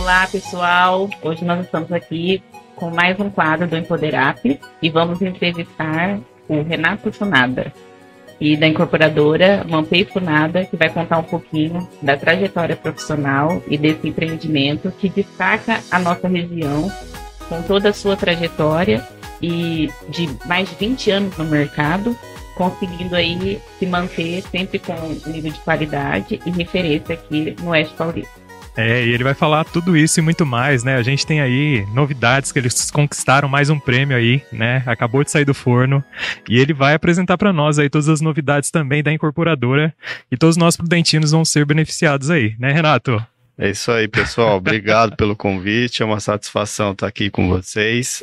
Olá, pessoal. Hoje nós estamos aqui com mais um quadro do Empoderap e vamos entrevistar o Renato Funada, e da incorporadora Mampei Funada, que vai contar um pouquinho da trajetória profissional e desse empreendimento que destaca a nossa região com toda a sua trajetória e de mais de 20 anos no mercado, conseguindo aí se manter sempre com um nível de qualidade e referência aqui no Oeste Paulista. E ele vai falar tudo isso e muito mais, né? A gente tem aí novidades que eles conquistaram, mais um prêmio aí, né? Acabou de sair do forno e ele vai apresentar para nós aí todas as novidades também da incorporadora e todos nós prudentinos vão ser beneficiados aí, né, Renato? É isso aí, pessoal. Obrigado pelo convite. É uma satisfação estar aqui com vocês.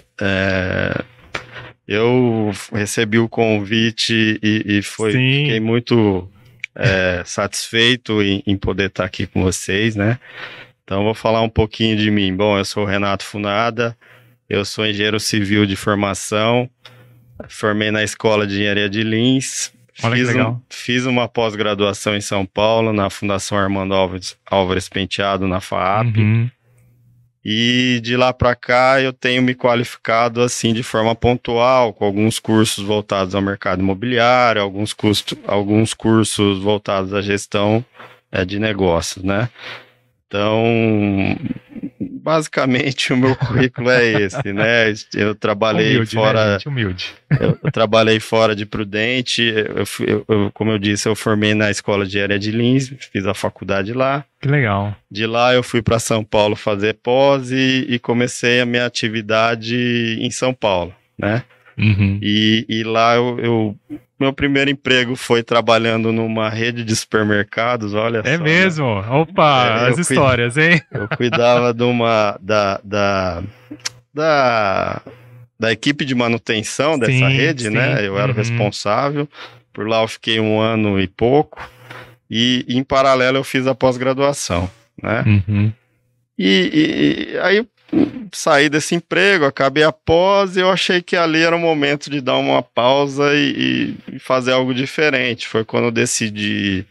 Eu recebi o convite e fiquei muito satisfeito em poder estar aqui com vocês, né? Então, vou falar um pouquinho de mim. Bom, eu sou o Renato Funada, eu sou engenheiro civil de formação, formei na Escola de Engenharia de Lins. Fiz uma pós-graduação em São Paulo, na Fundação Armando Álvares Penteado, na FAAP. Uhum. E de lá para cá eu tenho me qualificado assim de forma pontual, com alguns cursos voltados ao mercado imobiliário, alguns cursos voltados à gestão de negócios, né? Então, basicamente o meu currículo é esse, né? Eu trabalhei humilde. Eu trabalhei fora de Prudente, como eu disse, eu formei na Escola de Engenharia de Lins, fiz a faculdade lá. Que legal. De lá eu fui para São Paulo fazer pós e comecei a minha atividade em São Paulo, né? Uhum. E lá meu primeiro emprego foi trabalhando numa rede de supermercados, olha só. É mesmo? Né? Opa, as histórias, hein? Eu cuidava de da equipe de manutenção dessa rede, né? Eu era o responsável. Por lá eu fiquei 1 ano e pouco. E em paralelo eu fiz a pós-graduação, né? Uhum. E aí saí desse emprego, acabei a pós e eu achei que ali era o momento de dar uma pausa e fazer algo diferente. Foi quando eu decidi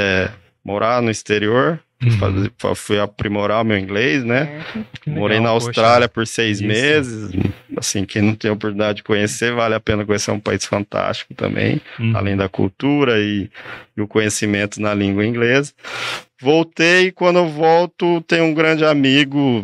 morar no exterior. Fui aprimorar o meu inglês, né? Morei na Austrália por 6 meses. Assim, quem não tem a oportunidade de conhecer, vale a pena conhecer, um país fantástico também, além da cultura e o conhecimento na língua inglesa. Voltei e quando eu volto, tem um grande amigo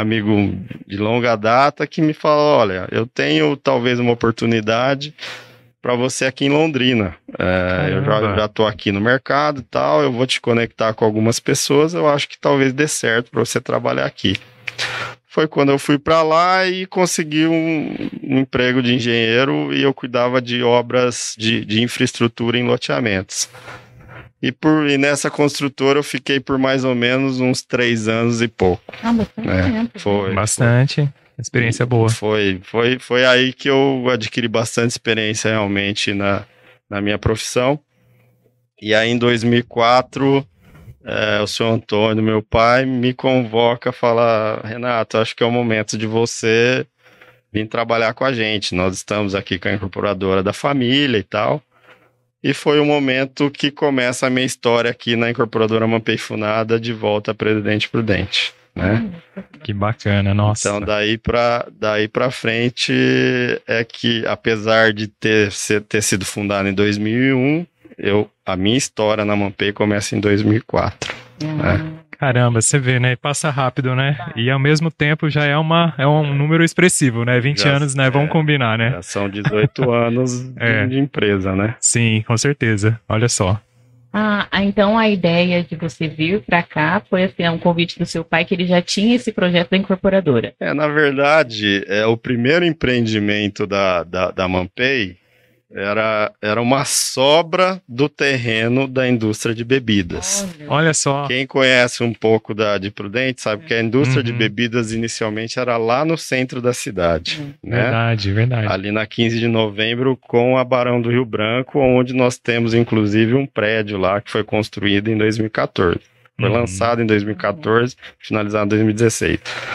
de longa data, que me fala: olha, eu tenho talvez uma oportunidade para você aqui em Londrina. Eu já tô aqui no mercado e tal, eu vou te conectar com algumas pessoas, eu acho que talvez dê certo para você trabalhar aqui. Foi quando eu fui para lá e consegui um emprego de engenheiro e eu cuidava de obras de infraestrutura em loteamentos. E nessa construtora eu fiquei por mais ou menos uns 3 anos e pouco. Bastante tempo. Foi. Bastante. Experiência boa. Foi aí que eu adquiri bastante experiência realmente na minha profissão. E aí em 2004, o senhor Antônio, meu pai, me convoca, fala: Renato, acho que é o momento de você vir trabalhar com a gente. Nós estamos aqui com a incorporadora da família e tal. E foi o momento que começa a minha história aqui na incorporadora Mampei Funada, de volta a Presidente Prudente, né? Que bacana, nossa. Então daí pra frente é que, apesar de ter sido fundada em 2001, a minha história na Mampei começa em 2004, né? Caramba, você vê, né? Passa rápido, né? E ao mesmo tempo já é um número expressivo, né? 20 anos, né? Vamos combinar, né? Já são 18 anos de empresa, né? Sim, com certeza. Olha só. Então a ideia de você vir para cá foi assim, um convite do seu pai, que ele já tinha esse projeto da incorporadora. Na verdade, o primeiro empreendimento da Mampei era uma sobra do terreno da indústria de bebidas. Olha só. Quem conhece um pouco de Prudente sabe que a indústria de bebidas inicialmente era lá no centro da cidade. Né? Verdade. Ali na 15 de novembro com a Barão do Rio Branco, onde nós temos inclusive um prédio lá que foi construído em 2014. Foi lançado em 2014, finalizado em 2016.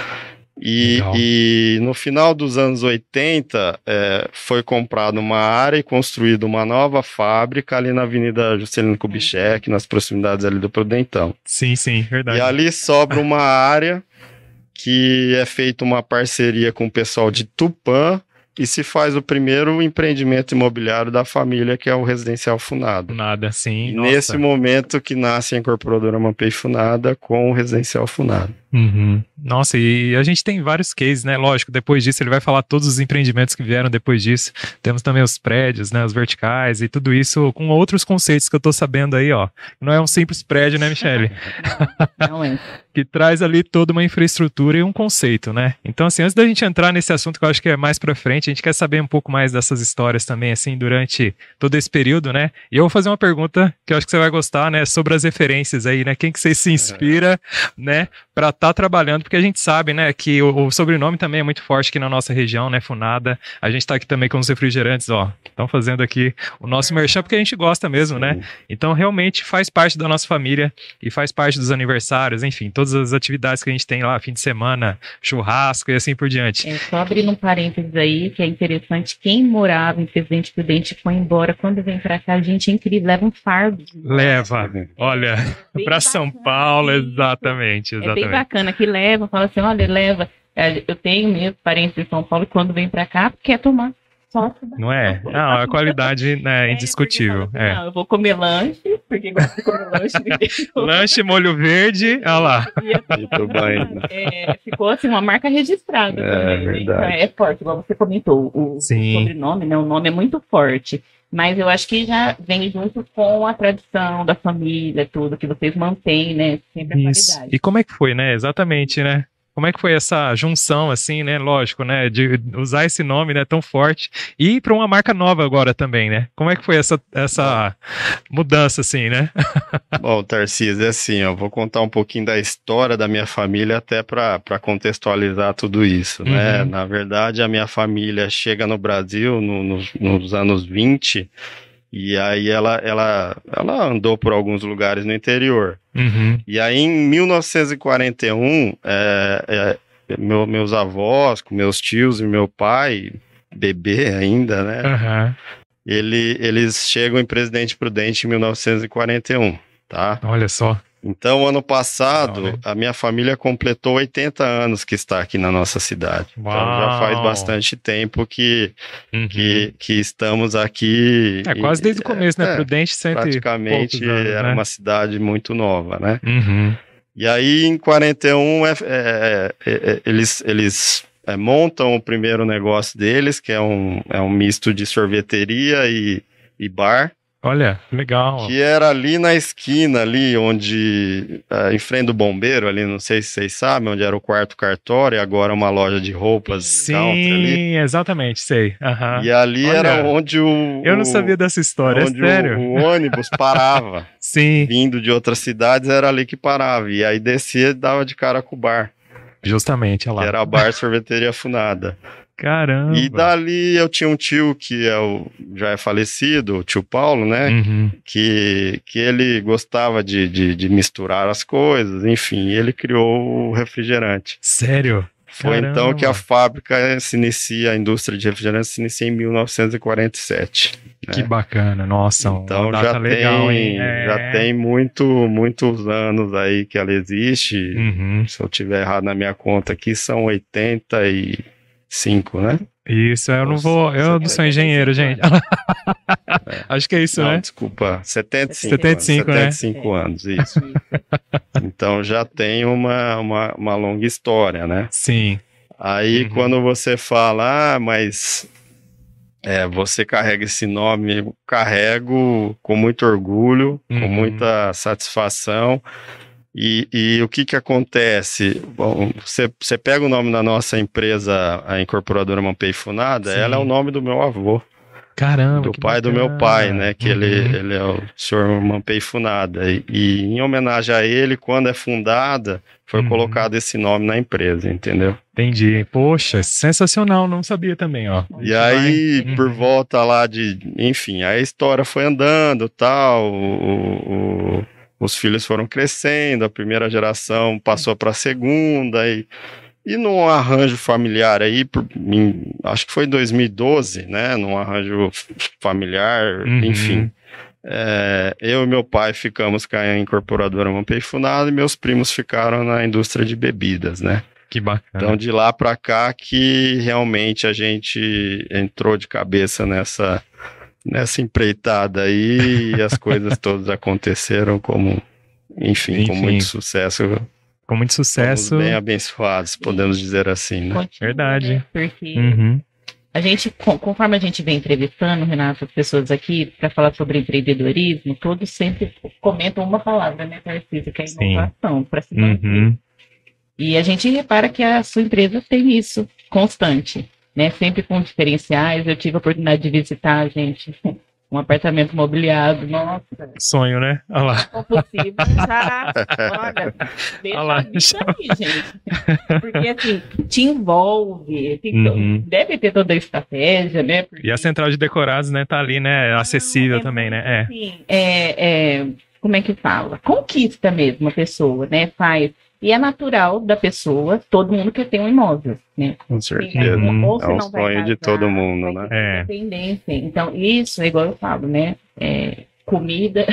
E no final dos anos 80, foi comprada uma área e construída uma nova fábrica ali na Avenida Juscelino Kubitschek, nas proximidades ali do Prudentão. Sim, verdade. E ali sobra uma área que é feita uma parceria com o pessoal de Tupã e se faz o primeiro empreendimento imobiliário da família, que é o Residencial Funada. Nada, sim. E nesse momento que nasce a incorporadora Mampei Funada com o Residencial Funada. Uhum. Nossa, e a gente tem vários cases, né? Lógico, depois disso ele vai falar todos os empreendimentos que vieram depois disso. Temos também os prédios, né? Os verticais e tudo isso com outros conceitos que eu tô sabendo aí, ó. Não é um simples prédio, né, Michele? Não é. Que traz ali toda uma infraestrutura e um conceito, né? Então, assim, antes da gente entrar nesse assunto que eu acho que é mais pra frente, a gente quer saber um pouco mais dessas histórias também, assim, durante todo esse período, né? E eu vou fazer uma pergunta que eu acho que você vai gostar, né? Sobre as referências aí, né? Quem que você se inspira, né? Pra estar trabalhando, porque a gente sabe, né? Que o sobrenome também é muito forte aqui na nossa região, né? Funada. A gente tá aqui também com os refrigerantes, ó. Estão fazendo aqui o nosso merchan, porque a gente gosta mesmo, né? Então, realmente faz parte da nossa família e faz parte dos aniversários, enfim, todas as atividades que a gente tem lá, fim de semana, churrasco e assim por diante. Só abrindo um parênteses aí, que é interessante, quem morava em Presidente Prudente foi embora, quando vem pra cá, a gente é incrível, leva um fardo. Leva, olha, pra São Paulo, exatamente. É bem bacana, que leva, fala assim, olha, leva. Eu tenho mesmo parentes em São Paulo, e quando vem pra cá, quer tomar. Não é? Não, a qualidade né, é indiscutível. Assim, não, eu vou comer lanche, porque gosto de comer lanche. Lanche, molho verde, olha lá. Ficou assim, uma marca registrada. É verdade. É forte, igual você comentou. O sobrenome, né? O nome é muito forte. Mas eu acho que já vem junto com a tradição da família, tudo que vocês mantêm, né? Sempre a qualidade. E como é que foi, né? Exatamente, né? Como é que foi essa junção, assim, né? Lógico, né? De usar esse nome, né? Tão forte. E ir para uma marca nova agora também, né? Como é que foi essa mudança, assim, né? Bom, Tarcísio, é assim, eu vou contar um pouquinho da história da minha família até para contextualizar tudo isso, né? Na verdade, a minha família chega no Brasil nos anos 20 e aí ela andou por alguns lugares no interior. E aí, em 1941, meus avós, com meus tios e meu pai, bebê ainda, né? Eles chegam em Presidente Prudente em 1941, tá? Olha só. Então, ano passado, a minha família completou 80 anos que está aqui na nossa cidade. Uau. Então, já faz bastante tempo que estamos aqui. Quase desde o começo, né? Prudente sempre. Praticamente anos, era né? uma cidade muito nova, né? E aí, em 41, eles montam o primeiro negócio deles, que é um misto de sorveteria e bar. Olha, legal. Que era ali na esquina, ali onde, em frente do bombeiro, ali, não sei se vocês sabem, onde era o quarto cartório, e agora uma loja de roupas country ali. Sim, exatamente, sei. E ali era onde eu não sabia dessa história, onde é sério. o ônibus parava. Sim. Vindo de outras cidades, era ali que parava. E aí descia e dava de cara com o bar. Justamente, olha lá. Que era bar Sorveteria Funada. Caramba! E dali eu tinha um tio que já é falecido, o tio Paulo, né? Que ele gostava de misturar as coisas, enfim, ele criou o refrigerante. Sério? Foi então que a fábrica se inicia, a indústria de refrigerante se inicia em 1947. Que bacana, nossa, então uma data legal, hein? Já tem muitos anos aí que ela existe. Se eu tiver errado na minha conta aqui, são 85, né? Isso, eu não sou engenheiro, gente. Acho que é isso, né? Desculpa, 75 né? 75 anos, isso. Então já tem uma longa história, né? Sim. Aí quando você fala, mas você carrega esse nome, eu carrego com muito orgulho, com muita satisfação. E o que acontece? Bom, você pega o nome da nossa empresa, a incorporadora Mampei Funada, ela é o nome do meu avô. Caramba, do pai do meu pai, né? Que ele é o senhor Mampei Funada. E em homenagem a ele, quando é fundada, foi colocado esse nome na empresa, entendeu? Entendi. Poxa, sensacional, não sabia também, ó. E aí, por volta lá enfim, a história foi andando, tal, os filhos foram crescendo, a primeira geração passou para a segunda, e num arranjo familiar aí, acho que foi em 2012, né, num arranjo familiar, enfim, eu e meu pai ficamos com a incorporadora Mampei Funada e meus primos ficaram na indústria de bebidas, né. Que bacana. Então, de lá para cá que realmente a gente entrou de cabeça nessa empreitada aí e as coisas todas aconteceram enfim, com muito sucesso. Com muito sucesso. Fomos bem abençoados, podemos dizer assim, né? Continua, Verdade. né? Porque a gente, conforme a gente vem entrevistando, Renato, as pessoas aqui, para falar sobre empreendedorismo, todos sempre comentam uma palavra, né, Tarcísio, que é inovação, para se manter. E a gente repara que a sua empresa tem isso constante, né? Sempre com diferenciais. Eu tive a oportunidade de visitar, gente, um apartamento imobiliado. Nossa. Sonho, né? Olha lá. Se for possível, já. Olha, deixa aí, gente. Porque, assim, te envolve. Deve ter toda a estratégia, né? Porque... E a central de decorados, né? Tá ali, né? Acessível também, né? Sim, como é que fala? Conquista mesmo a pessoa, né? Faz. E é natural da pessoa, todo mundo quer ter um imóvel, né? Com certeza. É um sonho de todo mundo, né? Independência. Então, isso é igual eu falo, né? Comida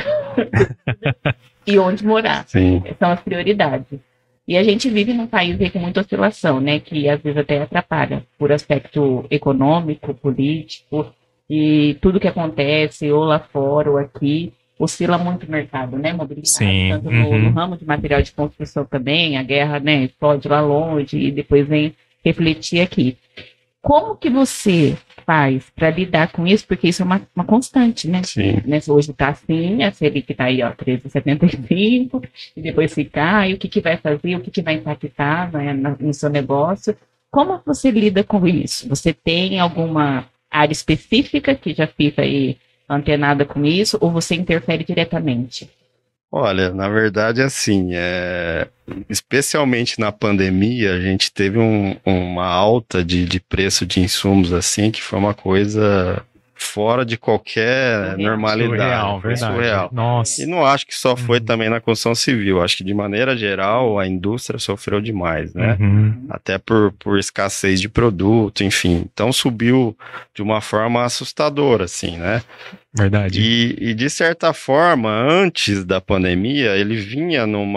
e onde morar. Sim. São as prioridades. E a gente vive num país aí com muita oscilação, né? Que às vezes até atrapalha por aspecto econômico, político, e tudo que acontece, ou lá fora ou aqui, oscila muito o mercado, né, imobiliário, sim, tanto no ramo de material de construção também, a guerra, né, explode lá longe e depois vem refletir aqui. Como que você faz para lidar com isso? Porque isso é uma constante, né? Sim. Hoje está assim, a Selic está aí, ó, 13,75, e depois se cai, o que vai fazer, o que vai impactar, né, no seu negócio. Como você lida com isso? Você tem alguma área específica que já fica aí antenada com isso, ou você interfere diretamente? Olha, na verdade, assim, especialmente na pandemia, a gente teve uma alta de preço de insumos, assim, que foi uma coisa fora de qualquer normalidade. Surreal. Nossa. E não acho que só foi também na construção civil, acho que de maneira geral a indústria sofreu demais, né? Até por escassez de produto, enfim. Então subiu de uma forma assustadora, assim, né? Verdade. E de certa forma, antes da pandemia, ele vinha num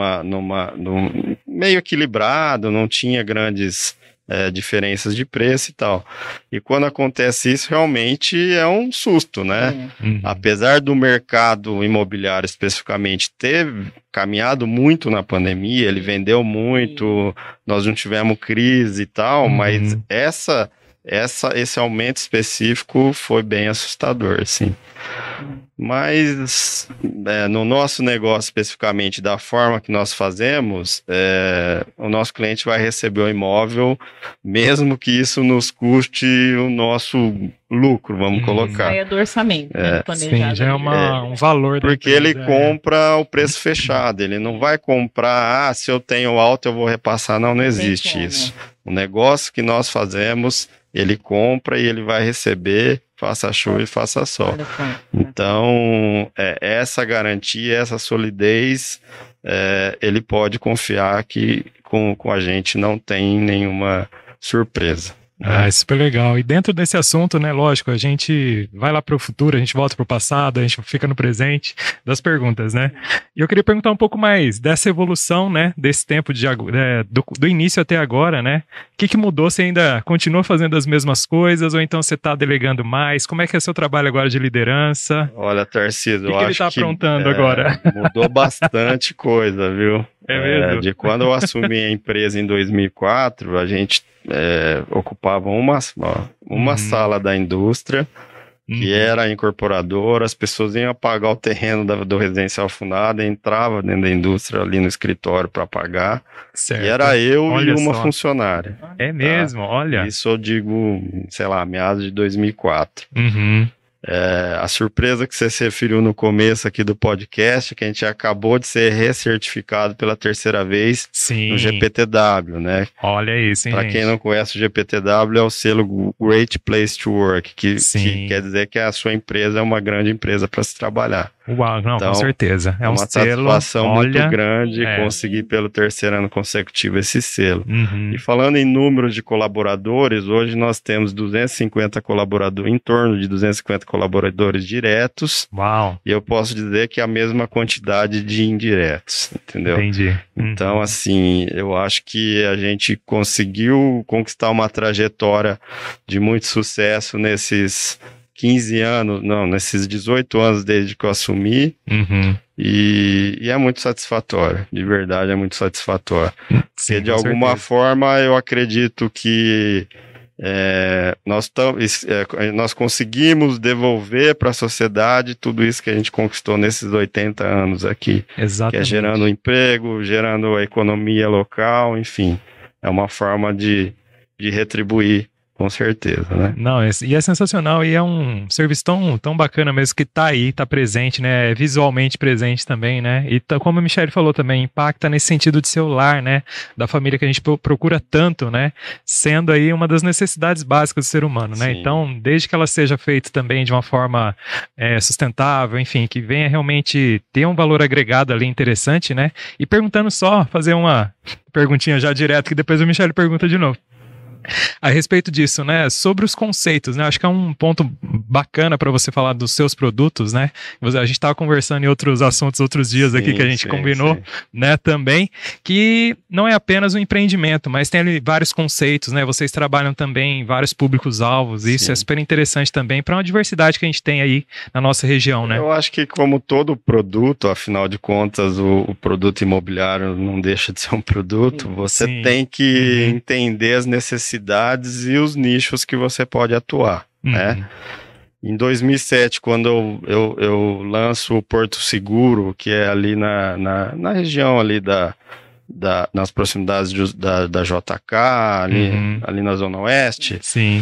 meio equilibrado, não tinha grandes diferenças de preço e tal. E quando acontece isso, realmente é um susto, né? Apesar do mercado imobiliário especificamente ter caminhado muito na pandemia, ele vendeu muito, nós não tivemos crise e tal, mas esse aumento específico foi bem assustador, sim. Mas no nosso negócio especificamente, da forma que nós fazemos, o nosso cliente vai receber o imóvel, mesmo que isso nos custe o nosso lucro, vamos colocar. Sai do orçamento, né, planejado. Sim, já é um valor. Porque ele compra o preço fechado, ele não vai comprar, se eu tenho alto eu vou repassar, não existe isso. O negócio que nós fazemos, ele compra e ele vai receber, faça chuva e faça sol. Então, essa garantia, essa solidez, ele pode confiar que com a gente não tem nenhuma surpresa. Ah, super legal. E dentro desse assunto, né, lógico, a gente vai lá para o futuro, a gente volta para o passado, a gente fica no presente das perguntas, né? E eu queria perguntar um pouco mais dessa evolução, né, desse tempo do início até agora, né? O que mudou? Você ainda continua fazendo as mesmas coisas ou então você está delegando mais? Como é que é seu trabalho agora de liderança? Olha, Tarcísio, eu acho que... ele está aprontando agora? Mudou bastante coisa, viu? É mesmo? De quando eu assumi a empresa em 2004, a gente ocupava uma sala da indústria, que era a incorporadora, as pessoas iam pagar o terreno do residencial fundado, entrava dentro da indústria ali no escritório para pagar, certo. E era eu e uma funcionária. É mesmo, olha. Isso eu digo, sei lá, meados de 2004. A surpresa que você se referiu no começo aqui do podcast, que a gente acabou de ser recertificado pela terceira vez no GPTW, né? Olha isso, hein, Para quem não conhece, o GPTW é o selo Great Place to Work, que quer dizer que a sua empresa é uma grande empresa para se trabalhar. Uau, não, Então, com certeza. É um uma selo, satisfação muito olha, grande conseguir pelo terceiro ano consecutivo esse selo. Uhum. E falando em número de colaboradores, hoje nós temos 250 colaboradores, em torno de 250 colaboradores diretos. Uau. E eu posso dizer que é a mesma quantidade de indiretos, entendeu? Entendi. Então, assim, eu acho que a gente conseguiu conquistar uma trajetória de muito sucesso nesses 15 anos, não, nesses 18 anos desde que eu assumi, e é muito satisfatório, de verdade é muito satisfatório. Sim, porque de alguma forma eu acredito que nós conseguimos devolver para a sociedade tudo isso que a gente conquistou nesses 80 anos aqui. Exatamente. Que é gerando emprego, gerando a economia local, enfim, é uma forma de retribuir. Com certeza, né? Não, e é sensacional, e é um serviço tão bacana mesmo, que tá aí, tá presente, né? É visualmente presente também, né? E como a Michelle falou também, impacta nesse sentido de celular, né? Da família que a gente procura tanto, né? Sendo aí uma das necessidades básicas do ser humano, né? Sim. Então, desde que ela seja feita também de uma forma sustentável, enfim, que venha realmente ter um valor agregado ali interessante, né? E perguntando só, fazer uma perguntinha já direto, que depois a Michelle pergunta de novo. A respeito disso, né, sobre os conceitos, né, acho que é um ponto bacana para você falar dos seus produtos, né, a gente estava conversando em outros assuntos outros dias aqui que a gente combinou, né, também, que não é apenas um empreendimento, mas tem ali vários conceitos, né, vocês trabalham também em vários públicos-alvos, e isso é super interessante também para uma diversidade que a gente tem aí na nossa região, né. Eu acho que como todo produto, afinal de contas, o produto imobiliário não deixa de ser um produto, você tem que entender as necessidades e os nichos que você pode atuar, né? Em 2007, quando eu lanço o Porto Seguro, que é ali na região ali nas proximidades da JK, ali na Zona Oeste,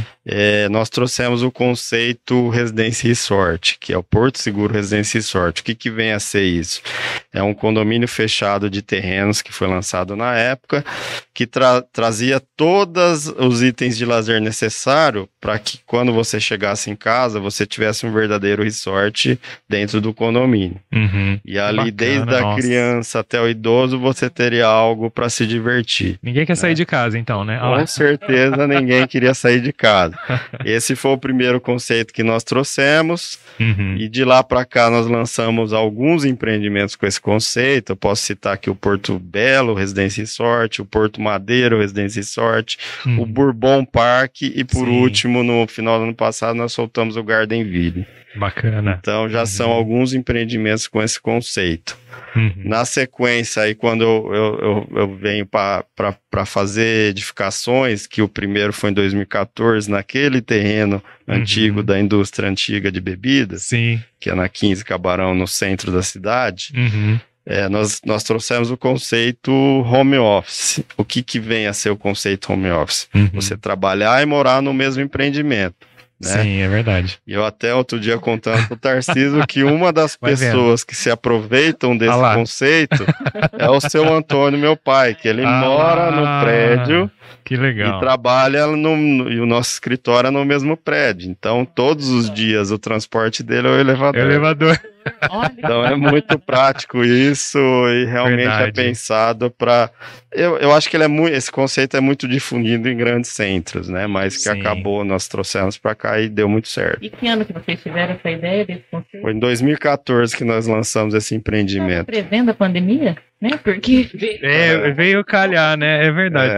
nós trouxemos o conceito Residência Resort, que é o Porto Seguro Residência Resort. O que vem a ser isso? É um condomínio fechado de terrenos que foi lançado na época, que trazia todos os itens de lazer necessário para que quando você chegasse em casa, você tivesse um verdadeiro resort dentro do condomínio. E ali, desde a criança até o idoso, você teria algo para se divertir. Ninguém quer sair de casa, então, né? Com certeza ninguém queria sair de casa. Esse foi o primeiro conceito que nós trouxemos, e de lá para cá nós lançamos alguns empreendimentos com esse conceito. Eu posso citar aqui o Porto Belo Residência Resort, o Porto Madeiro Residência Resort, o Bourbon Park, e por último, no final do ano passado, nós soltamos o Gardenville. Bacana. Então já são alguns empreendimentos com esse conceito. Na sequência, aí quando eu venho para fazer edificações, que o primeiro foi em 2014, naquele terreno antigo da indústria antiga de bebidas, que é na 15 Cabarão, no centro da cidade, nós trouxemos o conceito home office. O que vem a ser o conceito home office? Você trabalhar e morar no mesmo empreendimento. Né? Sim, é verdade. E eu até outro dia contando pro Tarcísio que uma das pessoas que se aproveitam desse conceito é o seu Antônio, meu pai, que ele mora no prédio. Que legal. E trabalha e o nosso escritório é no mesmo prédio. Então, todos os dias o transporte dele é o elevador. Então é muito prático isso, e realmente é pensado para... Eu acho que esse conceito é muito difundido em grandes centros, né? Mas que acabou, nós trouxemos para cá e deu muito certo. E que ano que vocês tiveram essa ideia desse conceito? Foi em 2014 que nós lançamos esse empreendimento. Prevendo a pandemia? Né? Porque veio calhar, né? É verdade.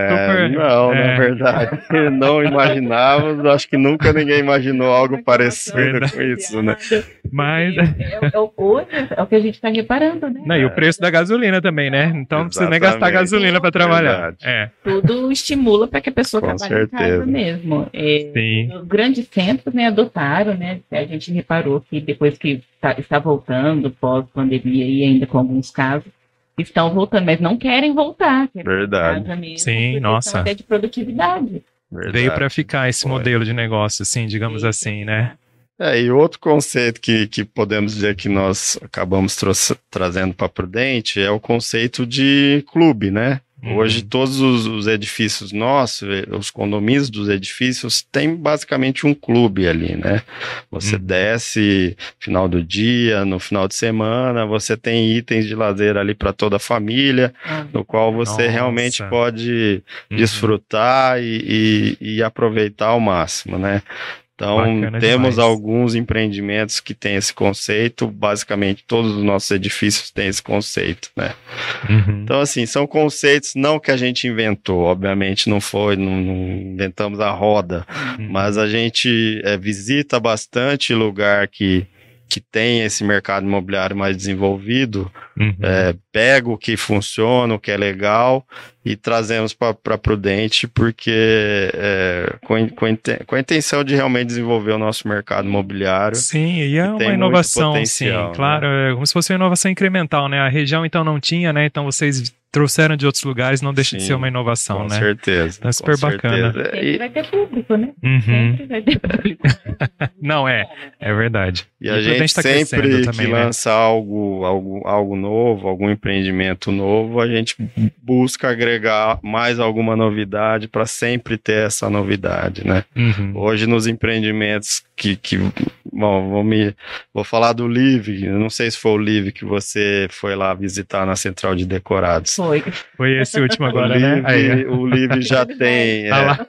Na verdade, não imaginávamos. Acho que nunca ninguém imaginou algo parecido com isso, né? Mas hoje é o que a gente está reparando, né? Não, e o preço da gasolina também, né? Então não precisa nem gastar gasolina para trabalhar. Tudo estimula para que a pessoa trabalhe em casa mesmo. Os grandes centros, né, adotaram, né? A gente reparou que depois que está voltando pós-pandemia, e ainda com alguns casos, estão voltando, mas não querem voltar. Verdade. Mesmo, sim, nossa. Até de produtividade. Verdade. Veio para ficar esse modelo de negócio, assim, digamos assim, né? E outro conceito que podemos dizer que nós acabamos trazendo para Prudente é o conceito de clube, né? Hoje todos os edifícios nossos, os condomínios dos edifícios, tem basicamente um clube ali, né? Você desce final do dia, no final de semana, você tem itens de lazer ali para toda a família, no qual você realmente pode desfrutar e aproveitar ao máximo, né? Então, Bacana temos demais. alguns empreendimentos que têm esse conceito, basicamente todos os nossos edifícios têm esse conceito, né? Então, assim, são conceitos não que a gente inventou, obviamente não inventamos a roda, mas a gente visita bastante lugar que tem esse mercado imobiliário mais desenvolvido, pega o que funciona, o que é legal e trazemos para Prudente, porque com a intenção de realmente desenvolver o nosso mercado imobiliário. Sim, e é uma inovação, sim, claro, é como se fosse uma inovação incremental, né? A região então não tinha, né? Então vocês trouxeram de outros lugares, não deixa de ser uma inovação, com né? certeza. Então é super bacana. Sempre vai ter público, né? Sempre vai ter público. Não, é verdade. E a gente tá sempre também, que lança algo novo, algum empreendimento novo, a gente busca agregar mais alguma novidade para sempre ter essa novidade, né? Hoje nos empreendimentos bom, vou falar do Live, eu não sei se foi o Live que você foi lá visitar na Central de Decorados. Foi esse último agora, né? O Live já tem...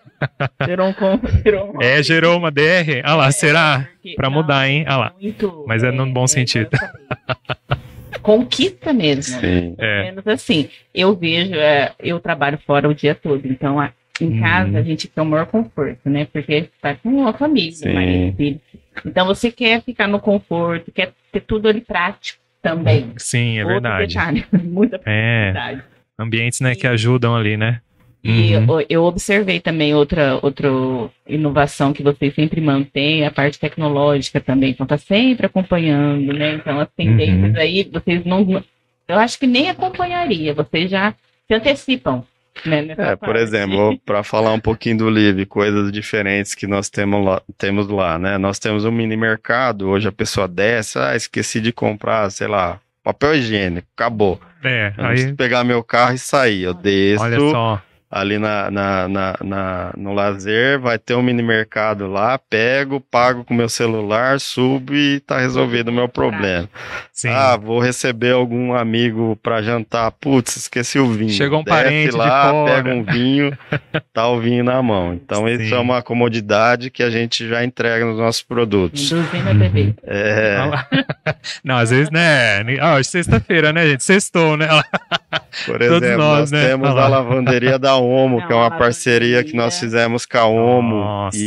Gerou uma DR? Ah lá, será? Pra mudar, hein? Ah lá. Mas é no bom sentido. Conquista mesmo. Sim. Menos assim. Eu vejo, eu trabalho fora o dia todo, então em casa a gente tem o maior conforto, né? Porque está com uma família, marido, filho. Então você quer ficar no conforto, quer ter tudo ali prático também. Sim, é verdade. Detalhe, muita praticidade. Ambientes, né, que ajudam ali, né? E eu observei também outra inovação que vocês sempre mantêm, a parte tecnológica também, então tá sempre acompanhando, né? Então as tendências aí, vocês não... Eu acho que nem acompanharia, vocês já se antecipam. Né, por exemplo, para falar um pouquinho do Live, coisas diferentes que nós temos lá, né? Nós temos um mini mercado, hoje a pessoa desce, esqueci de comprar, sei lá, papel higiênico, acabou. Aí pegar meu carro e sair, eu desço. Olha só. Ali no lazer, vai ter um mini mercado lá, pago com meu celular, subo e tá resolvido o meu problema. Sim. Vou receber algum amigo pra jantar, putz, esqueci o vinho. Chegou um Desce parente lá, de fora. pega um vinho, tá o vinho na mão. Então isso é uma comodidade que a gente já entrega nos nossos produtos. Induzindo a beber. Não, às vezes, né? Hoje sexta-feira, né, gente? Sextou, né? Por exemplo, nós temos a lavanderia da Omo, que é uma parceria que nós fizemos com a Omo. Nossa,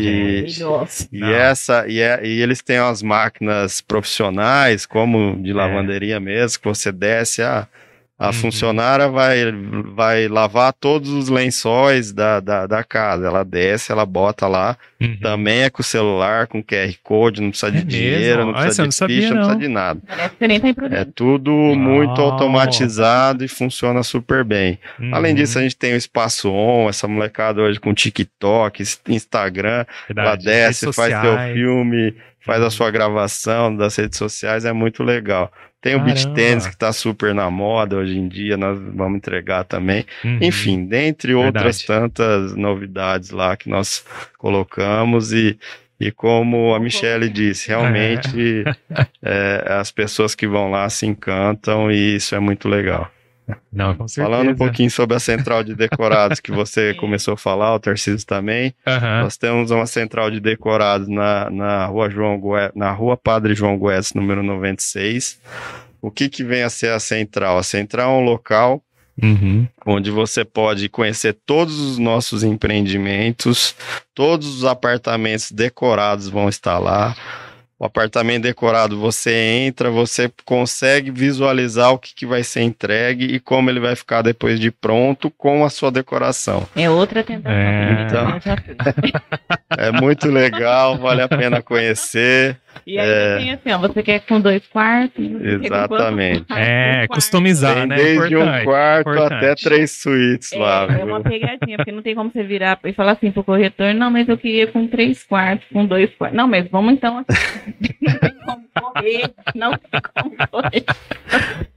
e eles têm umas máquinas profissionais, como de lavanderia mesmo, que você desce, a funcionária vai lavar todos os lençóis da casa. Ela desce, ela bota lá. Também é com o celular, com QR Code, não precisa de dinheiro, não precisa de ficha, não precisa de nada. É tudo muito automatizado e funciona super bem. Além disso, a gente tem o Espaço On, essa molecada hoje com TikTok, Instagram. Ela desce, faz seu filme, faz a sua gravação das redes sociais, é muito legal. Tem o beach tennis que tá super na moda hoje em dia, nós vamos entregar também. Enfim, dentre outras tantas novidades lá que nós colocamos e como a Michele disse, realmente as pessoas que vão lá se encantam e isso é muito legal. Não, com certeza. Falando um pouquinho sobre a central de decorados que você começou a falar, o Tarcísio também, nós temos uma central de decorados na rua Padre João Goetz, número 96. O que vem a ser a central? A central é um local onde você pode conhecer todos os nossos empreendimentos, todos os apartamentos decorados vão estar lá. O apartamento decorado, você entra, você consegue visualizar o que vai ser entregue e como ele vai ficar depois de pronto com a sua decoração. É outra tentativa. Então, é muito legal, vale a pena conhecer. E aí tem assim, você quer com 2 quartos? Exatamente. Customizar, tem né? Desde um quarto até 3 suítes lá. É uma pegadinha, porque não tem como você virar e falar assim pro corretor, não, mas eu queria com 3 quartos, com 2 quartos. Não, mas vamos então assim. Não tem como correr, não tem como correr.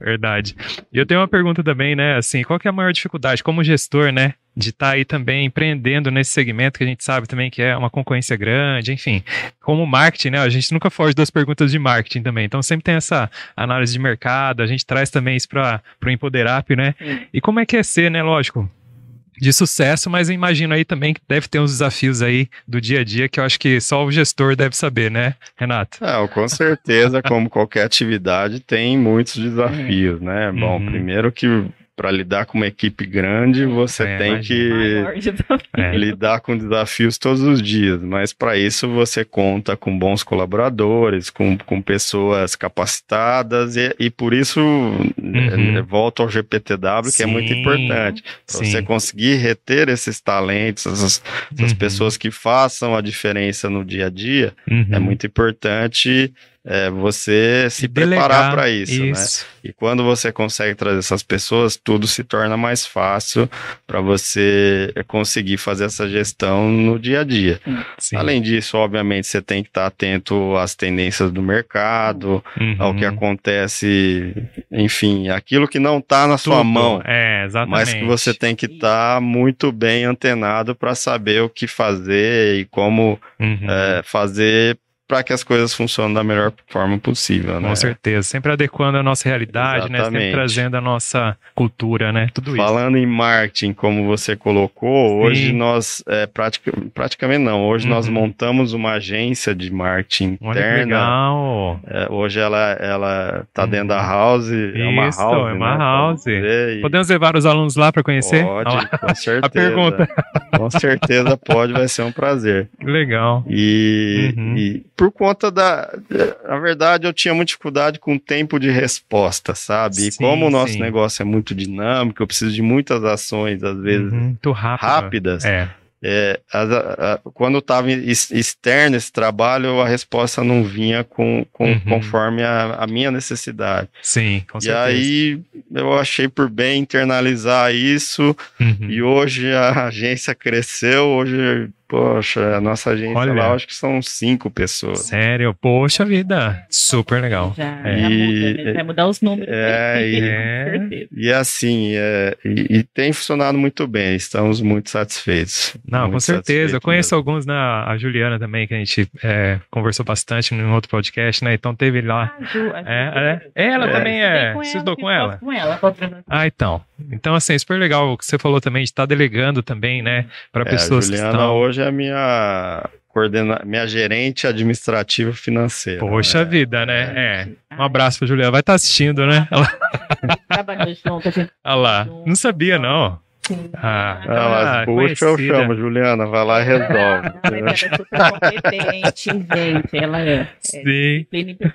Verdade. E eu tenho uma pergunta também, né? Assim, qual que é a maior dificuldade como gestor, né? De estar aí também empreendendo nesse segmento que a gente sabe também que é uma concorrência grande, enfim. Como marketing, né? A gente nunca foge das perguntas de marketing também. Então sempre tem essa análise de mercado, a gente traz também isso para o Empoderap, né? E como é que é ser, né? Lógico, de sucesso, mas eu imagino aí também que deve ter uns desafios aí do dia a dia que eu acho que só o gestor deve saber, né, Renato? Com certeza, como qualquer atividade, tem muitos desafios, né? Bom, primeiro que para lidar com uma equipe grande, você tem que lidar com desafios todos os dias, mas para isso você conta com bons colaboradores, com pessoas capacitadas e por isso volto ao GPTW, que é muito importante, para você conseguir reter esses talentos, essas pessoas que façam a diferença no dia a dia, é muito importante você se preparar para isso, né? E quando você consegue trazer essas pessoas, tudo se torna mais fácil para você conseguir fazer essa gestão no dia a dia. Sim. Além disso, obviamente, você tem que estar atento às tendências do mercado, ao que acontece, enfim, aquilo que não está na sua mão, mas que você tem que estar muito bem antenado para saber o que fazer e como fazer para que as coisas funcionem da melhor forma possível, né? Com certeza, sempre adequando a nossa realidade, né? Sempre trazendo a nossa cultura, né? Tudo isso. Falando em marketing, como você colocou, hoje nós, praticamente não, hoje nós montamos uma agência de marketing interna. Olha que legal! Hoje ela tá dentro da House, é uma House, é uma House. Podemos levar os alunos lá para conhecer? Pode, com certeza. A pergunta. Com certeza pode, vai ser um prazer. Legal. E por conta na verdade, eu tinha muita dificuldade com o tempo de resposta, sabe? E como o nosso negócio é muito dinâmico, eu preciso de muitas ações, às vezes, muito rápidas. Quando estava externo esse trabalho, a resposta não vinha conforme a minha necessidade. Sim, com certeza. E aí eu achei por bem internalizar isso, e hoje a agência cresceu, hoje... Poxa, a nossa agência lá, acho que são 5 pessoas. Sério? Poxa vida, super legal. Já muda, né? Vai mudar os números. E assim, e tem funcionado muito bem, estamos muito satisfeitos. Não, com certeza, eu conheço alguns, a Juliana também, que a gente conversou bastante em outro podcast, né, então teve lá. Ela também você estudou com ela? Com ela. Então assim, super legal o que você falou também, de estar delegando também, né, para pessoas Juliana que estão... hoje é a minha gerente administrativa financeira. Poxa vida, né? Um abraço pra Juliana. Vai estar assistindo, né? Trabalhou junto, a gente. Olha lá. Não sabia, não. Mas puxa, eu chamo, Juliana, vai lá e resolve. Ela é super competente, gente. Ela é. Sim.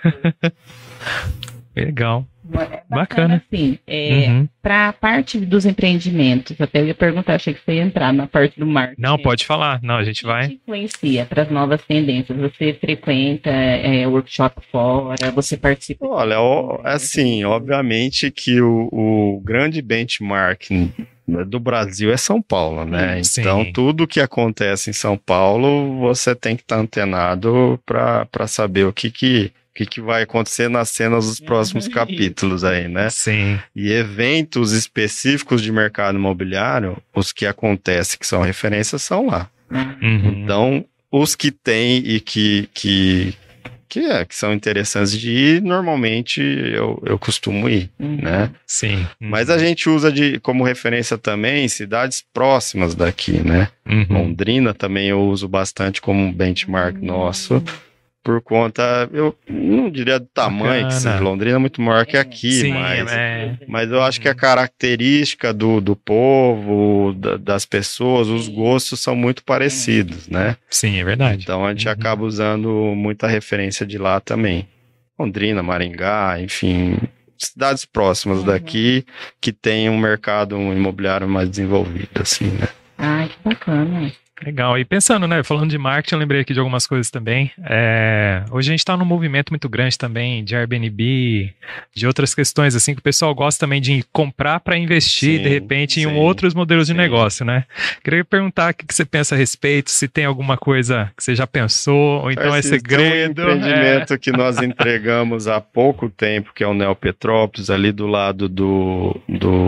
Legal. Bacana. Assim, para a parte dos empreendimentos, até eu ia perguntar, achei que você ia entrar na parte do marketing. Não, pode falar. Não, a gente vai. O que influencia para as novas tendências? Você frequenta workshop fora? Você participa? Olha, assim, obviamente que o grande benchmark do Brasil é São Paulo, né? Sim. Então, tudo que acontece em São Paulo, você tem que estar antenado para saber o que vai acontecer nas cenas dos próximos capítulos aí, né? Sim. E eventos específicos de mercado imobiliário, os que acontecem, que são referências, são lá. Então, os que tem e que são interessantes de ir, normalmente eu costumo ir, né? Sim. Mas a gente usa como referência também cidades próximas daqui, né? Londrina também eu uso bastante como benchmark nosso, por conta, eu não diria do tamanho, que seja, Londrina é muito maior que aqui, sim, mas eu acho que a característica do povo, das pessoas, os gostos são muito parecidos, né? Sim, é verdade. Então a gente acaba usando muita referência de lá também. Londrina, Maringá, enfim, cidades próximas daqui que tem um mercado imobiliário mais desenvolvido, assim, né? Ai, que bacana. Legal. E pensando, né, falando de marketing, eu lembrei aqui de algumas coisas também. Hoje a gente está num movimento muito grande também de Airbnb, de outras questões, assim, que o pessoal gosta também de comprar para investir, de repente, em outros modelos de negócio, né? Queria perguntar o que você pensa a respeito, se tem alguma coisa que você já pensou, ou então é segredo. Tem um empreendimento que nós entregamos há pouco tempo, que é o Neopetrópolis, ali do lado do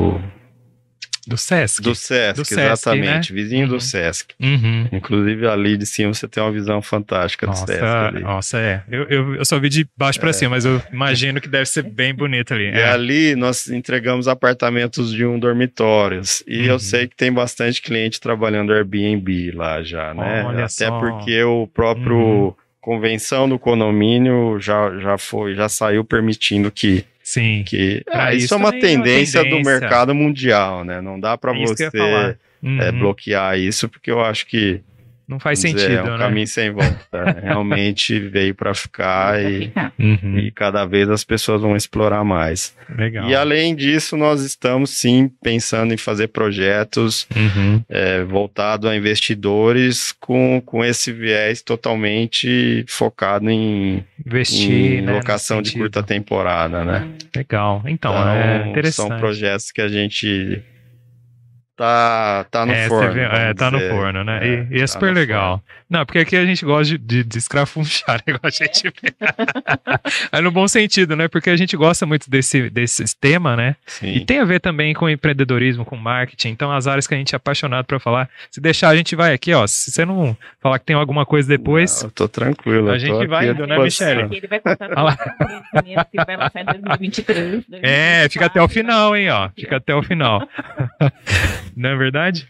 Sesc. Do Sesc, exatamente, né? Vizinho do Sesc. Inclusive ali de cima você tem uma visão fantástica do Sesc ali. Nossa, eu só vi de baixo para cima, mas eu imagino que deve ser bem bonito ali. E ali nós entregamos apartamentos de 1 dormitório. E eu sei que tem bastante cliente trabalhando Airbnb lá já, né? Olha Até só. porque o próprio convenção do condomínio já saiu permitindo que Sim. Isso é uma tendência do mercado mundial, né? Não dá para você bloquear isso, porque eu acho que não faz sentido, é um caminho sem volta. Realmente veio para ficar e cada vez as pessoas vão explorar mais. Legal. E além disso, nós estamos sim pensando em fazer projetos voltados a investidores com esse viés totalmente focado em investir, né, locação de curta temporada, né? Legal. Então é interessante. São projetos que a gente tá no forno. Tá no forno, né? E é super legal. Não, porque aqui a gente gosta de escrafunchar, igual a gente vê. É no bom sentido, né? Porque a gente gosta muito desse tema, né? Sim. E tem a ver também com empreendedorismo, com marketing. Então, as áreas que a gente é apaixonado para falar. Se deixar, a gente vai aqui, ó. Se você não falar que tem alguma coisa depois... Não, eu tô tranquilo. A gente vai indo, né, Michele? Ele vai contar que vai lançar em 2023. Fica até o final, hein, ó. Fica até o final. Não é verdade?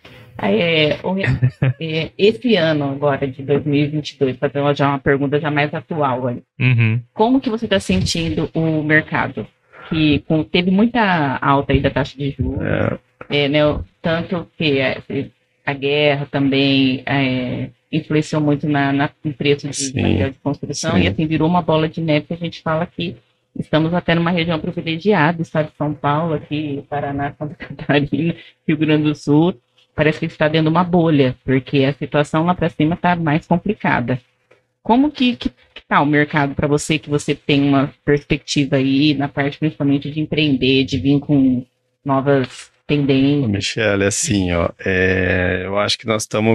Esse ano agora de 2022, fazendo já uma pergunta já mais atual, como que você está sentindo o mercado? Que teve muita alta aí da taxa de juros, né, tanto que a guerra também influenciou muito no preço de material de construção, e assim virou uma bola de neve que a gente fala que estamos até numa região privilegiada, estado de São Paulo, aqui, Paraná, Santa Catarina, Rio Grande do Sul, parece que está dentro de uma bolha, porque a situação lá para cima está mais complicada. Como que tá o mercado para você, que você tem uma perspectiva aí, na parte principalmente de empreender, de vir com novas tendências? Michele, assim, ó, eu acho que nós estamos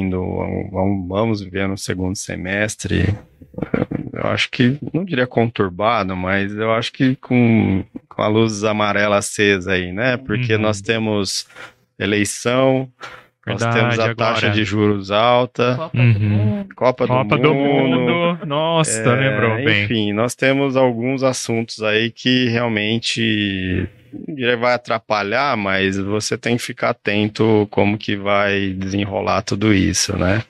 vamos viver no segundo semestre, eu acho que, não diria conturbado, mas eu acho que com a luz amarela acesa aí, né? Porque nós temos eleição, nós temos a taxa de juros alta, Copa do Mundo. Nossa, lembrou bem. Enfim, nós temos alguns assuntos aí que realmente vai atrapalhar, mas você tem que ficar atento como que vai desenrolar tudo isso, né?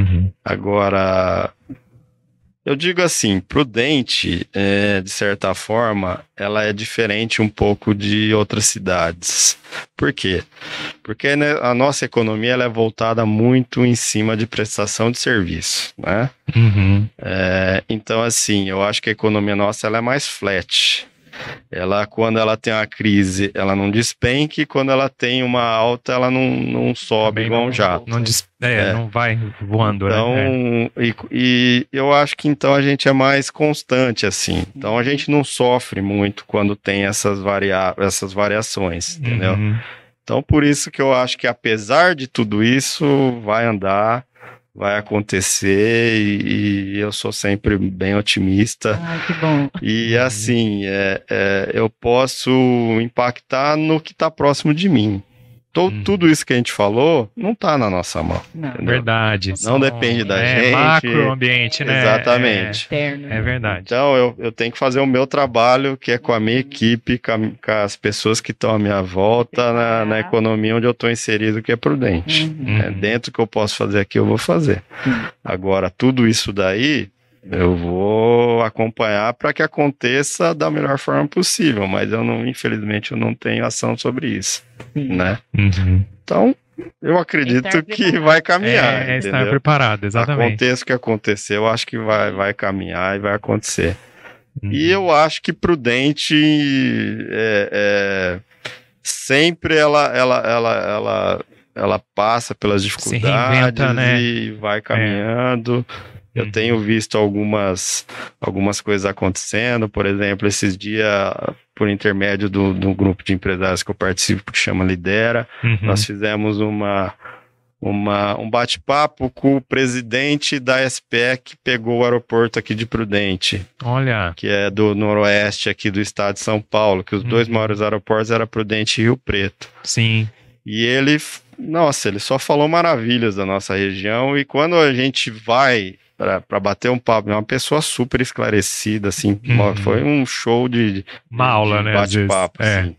Agora, eu digo assim, prudente, de certa forma, ela é diferente um pouco de outras cidades. Por quê? Porque, né, a nossa economia ela é voltada muito em cima de prestação de serviço, né? Então, assim, eu acho que a economia nossa ela é mais flat. Quando ela tem uma crise, ela não despenca, e quando ela tem uma alta, ela não sobe igual um jato. Não vai voando, então, né? E eu acho que então a gente é mais constante, assim. Então a gente não sofre muito quando tem essas variações, entendeu? Então por isso que eu acho que apesar de tudo isso, vai andar, vai acontecer, e eu sou sempre bem otimista. Que bom. E assim, eu posso impactar no que está próximo de mim. Tudo isso que a gente falou não está na nossa mão. Verdade. Não depende da gente. Macro ambiente, né? Exatamente. É verdade. Então eu tenho que fazer o meu trabalho, que é com a minha equipe, com as pessoas que estão à minha volta, na economia onde eu estou inserido, que é prudente. Dentro do que eu posso fazer aqui, eu vou fazer. Agora, tudo isso daí, eu vou acompanhar para que aconteça da melhor forma possível, mas infelizmente eu não tenho ação sobre isso, né? Então, eu acredito que vai caminhar. Estar preparado, exatamente. Aconteça o que acontecer, eu acho que vai caminhar e vai acontecer. E eu acho que prudente sempre ela ela passa pelas dificuldades, reinventa, né? e vai caminhando. Eu tenho visto algumas coisas acontecendo, por exemplo, esses dias, por intermédio do grupo de empresários que eu participo, que chama Lidera, nós fizemos um bate-papo com o presidente da SPE, que pegou o aeroporto aqui de Prudente. Olha. Que é do noroeste aqui do estado de São Paulo, que os dois maiores aeroportos eram Prudente e Rio Preto. Sim. E ele só falou maravilhas da nossa região, e quando a gente vai para bater um papo, é uma pessoa super esclarecida, assim, foi um show de aula, né, bate-papo, assim.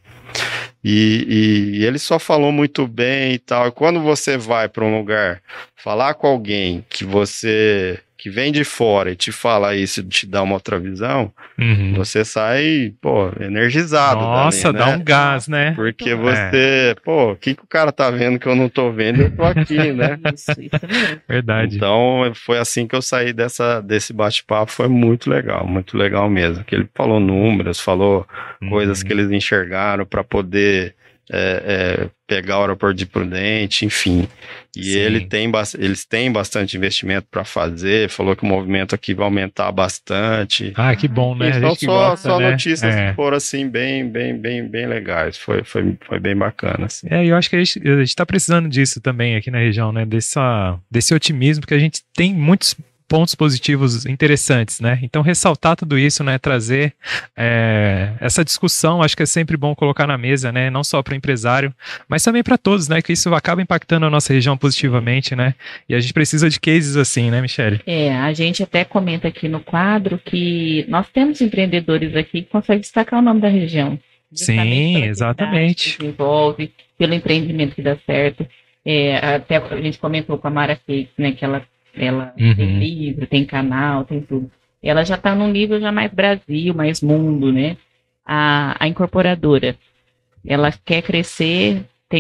E ele só falou muito bem e tal. E quando você vai para um lugar falar com alguém que vem de fora e te fala isso, te dá uma outra visão, você sai, energizado. Nossa, dali, dá né? um gás, né? Porque você, o que o cara tá vendo que eu não tô vendo, eu tô aqui, né? Isso mesmo. Verdade. Então, foi assim que eu saí desse bate-papo, foi muito legal mesmo. Que ele falou números, falou coisas que eles enxergaram para poder pegar o aeroporto de Prudente, enfim. E eles têm bastante investimento para fazer, falou que o movimento aqui vai aumentar bastante. Ah, que bom, né? Então, só né? notícias que foram assim, bem legais. Foi bem bacana. Assim. Eu acho que a gente está precisando disso também aqui na região, né? Desse otimismo, porque a gente tem muitos pontos positivos interessantes, né? Então, ressaltar tudo isso, né? Trazer essa discussão, acho que é sempre bom colocar na mesa, né? Não só para o empresário, mas também para todos, né? Que isso acaba impactando a nossa região positivamente, né? E a gente precisa de cases assim, né, Michele? A gente até comenta aqui no quadro que nós temos empreendedores aqui que conseguem destacar o nome da região. Sim, exatamente. Que envolve, pelo empreendimento que dá certo. Até a gente comentou com a Mara Cakes, né? Que ela tem livro, tem canal, tem tudo. Ela já está num nível já mais Brasil, mais mundo, né? A incorporadora, ela quer crescer,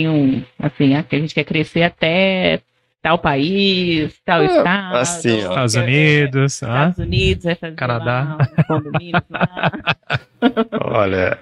a gente quer crescer até tal país, tal estado. Assim, Estados Unidos, vai fazer Canadá. lá, condomínios lá. Olha,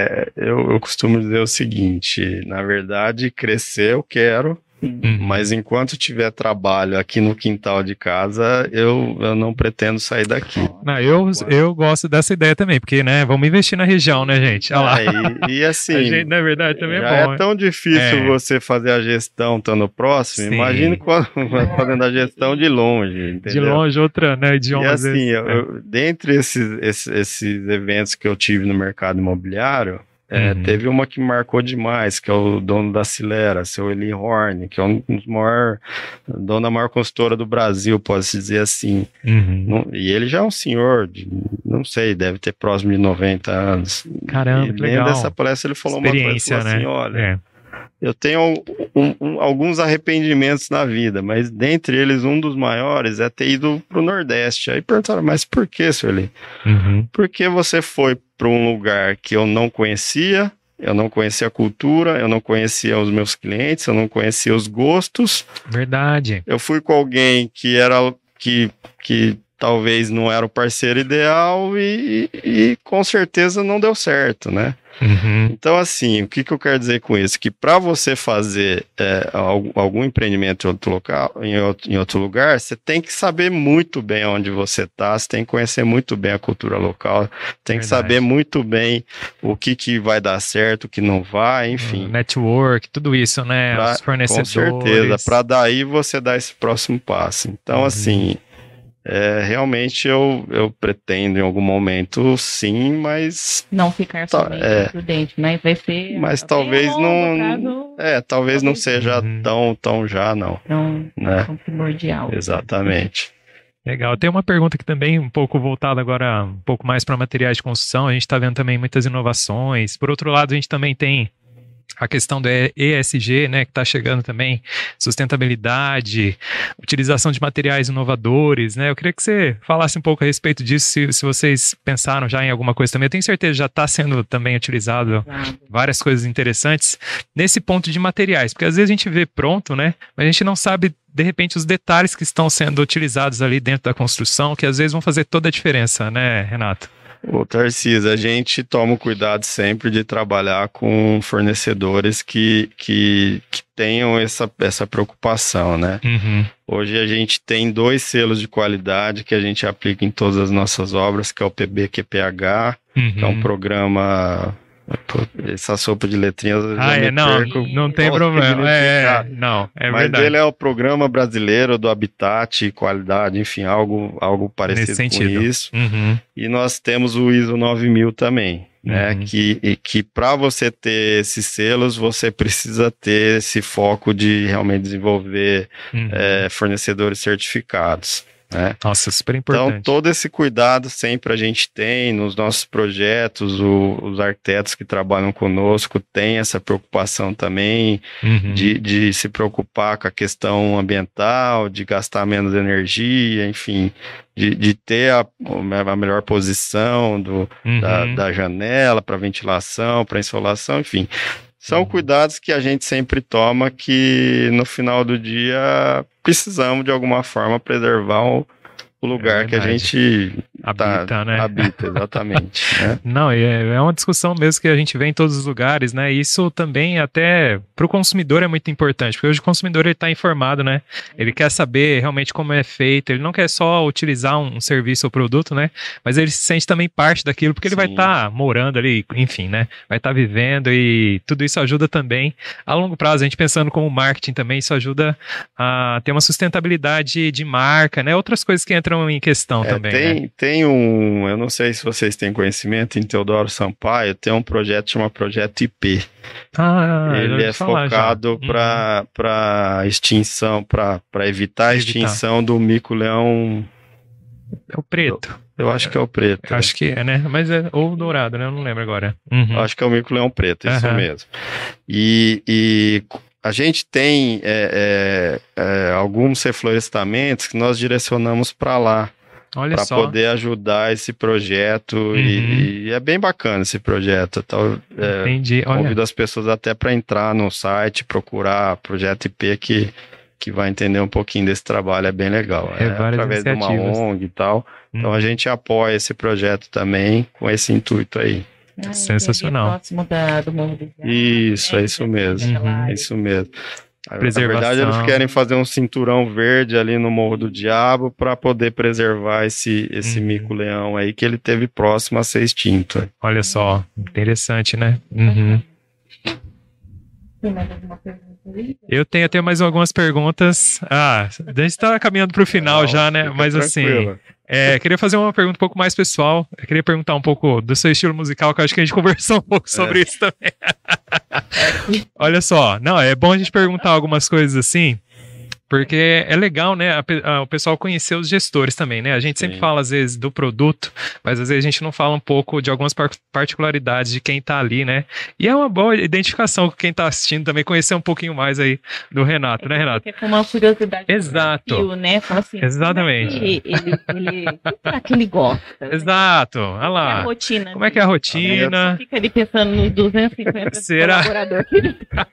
eu costumo dizer o seguinte, na verdade, crescer eu quero, mas enquanto tiver trabalho aqui no quintal de casa, eu não pretendo sair daqui. Não, eu gosto dessa ideia também, porque, né, vamos investir na região, né, gente? Olha lá. E assim, a gente, na verdade, também já é bom. É tão difícil você fazer a gestão estando próximo, Sim. Imagine quando fazendo a gestão de longe, entendeu? De longe, outra, né, idioma. E assim, dentre esses eventos que eu tive no mercado imobiliário, teve uma que marcou demais, que é o dono da Silera, seu Eli Horn, que é um dos maiores, dono da maior consultora do Brasil, pode-se dizer assim. E ele já é um senhor, não sei, deve ter próximo de 90 anos. Caramba, que legal. Dentro dessa palestra ele falou uma coisa, falou assim, olha, eu tenho alguns arrependimentos na vida, mas dentre eles um dos maiores é ter ido para o Nordeste. Aí perguntaram, mas por que, senhor Eli? Porque você foi para um lugar que eu não conhecia a cultura, eu não conhecia os meus clientes, eu não conhecia os gostos. Verdade. Eu fui com alguém que talvez não era o parceiro ideal e com certeza não deu certo, né? Então, assim, o que eu quero dizer com isso? Que para você fazer algum empreendimento em outro lugar, você tem que saber muito bem onde você está, você tem que conhecer muito bem a cultura local, tem que saber muito bem o que vai dar certo, o que não vai, enfim. Network, tudo isso, né? Os fornecedores. Com certeza, para daí você dar esse próximo passo. Então, assim... realmente eu pretendo em algum momento sim, mas não ficar somente prudente, mas vai ser, mas talvez talvez não seja tão já não, né? Tão primordial. Exatamente. Legal. Tem uma pergunta aqui também um pouco voltada agora um pouco mais para materiais de construção. A gente está vendo também muitas inovações. Por outro lado, a gente também tem a questão do ESG, né, que está chegando também, sustentabilidade, utilização de materiais inovadores, né? Eu queria que você falasse um pouco a respeito disso, se vocês pensaram já em alguma coisa também. Eu tenho certeza que já está sendo também utilizado várias coisas interessantes nesse ponto de materiais, porque às vezes a gente vê pronto, né, mas a gente não sabe, de repente, os detalhes que estão sendo utilizados ali dentro da construção, que às vezes vão fazer toda a diferença, né, Renato? Ô, Tarcísio, a gente toma o cuidado sempre de trabalhar com fornecedores que tenham essa preocupação, né? Uhum. Hoje a gente tem 2 selos de qualidade que a gente aplica em todas as nossas obras, que é o PBQPH, que é um programa... Essa sopa de letrinhas eu já me perco. Não tem problema. Não, é Mas verdade. ele é o programa brasileiro do habitat e qualidade, enfim, algo parecido com isso. Uhum. E nós temos o ISO 9000 também, né? Que para você ter esses selos, você precisa ter esse foco de realmente desenvolver fornecedores certificados. Né? Nossa, super importante. Então, todo esse cuidado sempre a gente tem nos nossos projetos, os arquitetos que trabalham conosco têm essa preocupação também de se preocupar com a questão ambiental, de gastar menos energia, enfim, de ter a melhor posição da janela para ventilação, para insolação, enfim. São cuidados que a gente sempre toma que no final do dia precisamos de alguma forma preservar o lugar que a gente habita, né? Habita, exatamente. Né? Não, é uma discussão mesmo que a gente vê em todos os lugares, né? Isso também até para o consumidor é muito importante, porque hoje o consumidor ele está informado, né? Ele quer saber realmente como é feito, ele não quer só utilizar um serviço ou produto, né? Mas ele se sente também parte daquilo, porque ele vai estar morando ali, enfim, né? Vai estar vivendo e tudo isso ajuda também a longo prazo. A gente pensando como marketing também, isso ajuda a ter uma sustentabilidade de marca, né? Outras coisas que entram em questão também. Tem eu não sei se vocês têm conhecimento, em Teodoro Sampaio tem um projeto que chama Projeto IP. Ele é focado para extinção, para evitar a extinção do mico-leão. É o preto. Eu acho que é o preto. Acho que é, né? Mas é ou o dourado, né? Eu não lembro agora. Acho que é o mico-leão preto, isso mesmo. E a gente tem alguns reflorestamentos que nós direcionamos para lá. Para poder ajudar esse projeto e é bem bacana esse projeto. Então, Entendi. Convido as pessoas até para entrar no site, procurar Projeto IP que vai entender um pouquinho desse trabalho, é bem legal. Através de uma ONG e tal. Então a gente apoia esse projeto também com esse intuito aí. Sensacional. Próximo do Morro do Diabo, isso, é isso mesmo. É isso mesmo. Na verdade, eles querem fazer um cinturão verde ali no Morro do Diabo para poder preservar esse mico-leão aí que ele teve próximo a ser extinto. Olha só, interessante, né? Tem mais alguma pergunta aí? Eu tenho mais algumas perguntas. A gente está caminhando para o final já, né? Mas tranquilo. assim, queria fazer uma pergunta um pouco mais pessoal. Eu queria perguntar um pouco do seu estilo musical, que eu acho que a gente conversou um pouco sobre isso também. Olha só, é bom a gente perguntar algumas coisas assim, porque é legal, né, o pessoal conhecer os gestores também, né? A gente sempre fala, às vezes, do produto, mas às vezes a gente não fala um pouco de algumas particularidades de quem tá ali, né? E é uma boa identificação com quem tá assistindo também, conhecer um pouquinho mais aí do Renato, né, Renato? É uma curiosidade. Exato. Perfil, né? Fala assim, exatamente. O que será que ele gosta? Exato. Olha lá. É a rotina. Como é que é a rotina? Você fica ali pensando nos 250 colaboradores que ele tá.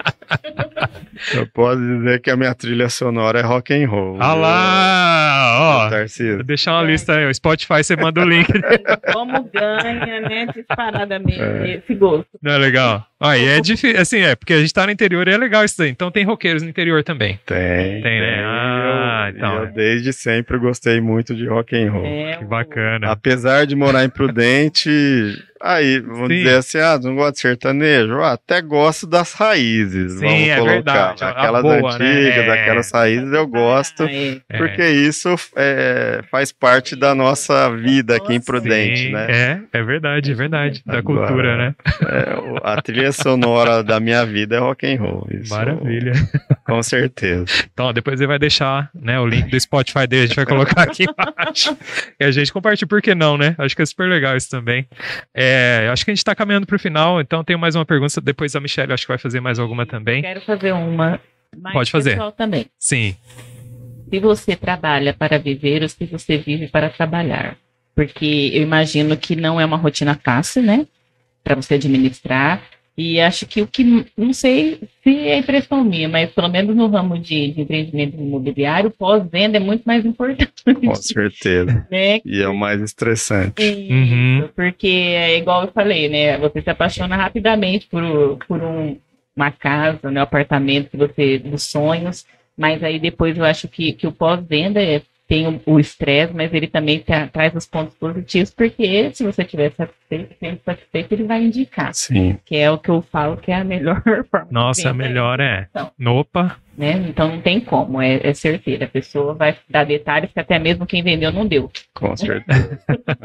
Eu posso dizer que a minha trilha sonora é rock and roll. Ah lá, ó. Tarcísio. Deixar uma lista aí, o Spotify, você manda o link. Como ganha, né? Disparadamente esse gosto. Não é legal? E é difícil, assim, porque a gente tá no interior e é legal isso aí. Então tem roqueiros no interior também. Tem, né? Então. Eu desde sempre gostei muito de rock and roll. Que bacana. Apesar de morar em Prudente, aí, vamos dizer assim, não gosto de sertanejo? Até gosto das raízes, vamos colocar. Verdade. Aquelas boa, antigas, né? aquelas raízes eu gosto, porque isso faz parte da nossa vida aqui em Prudente, né? É verdade. Da cultura, né? A trilha sonora da minha vida é rock and roll. Isso, maravilha. Com certeza. Então, depois ele vai deixar, né, o link do Spotify dele, a gente vai colocar aqui embaixo. E a gente compartilha, por que não, né? Acho que é super legal isso também. Acho que a gente tá caminhando pro final, então tenho mais uma pergunta, depois a Michelle acho que vai fazer mais alguma também. Quero fazer uma. Pode fazer. Pessoal também. Sim. Se você trabalha para viver ou se você vive para trabalhar. Porque eu imagino que não é uma rotina fácil, né? Para você administrar. E acho que não sei se é impressão minha, mas pelo menos no ramo de empreendimento imobiliário, o pós-venda é muito mais importante. Com certeza. Né? E é o mais estressante. Isso, porque é igual eu falei, né? Você se apaixona rapidamente por uma casa, né? Um apartamento que você, dos sonhos, mas aí depois eu acho que o pós-venda tem o estresse, mas ele também traz os pontos positivos, porque se você estiver satisfeito, ele vai indicar. Sim. Que é o que eu falo que é a melhor forma. Nossa, a melhor é. Opa! Né? Então não tem como, é certeira. A pessoa vai dar detalhes que até mesmo quem vendeu não deu. Com certeza.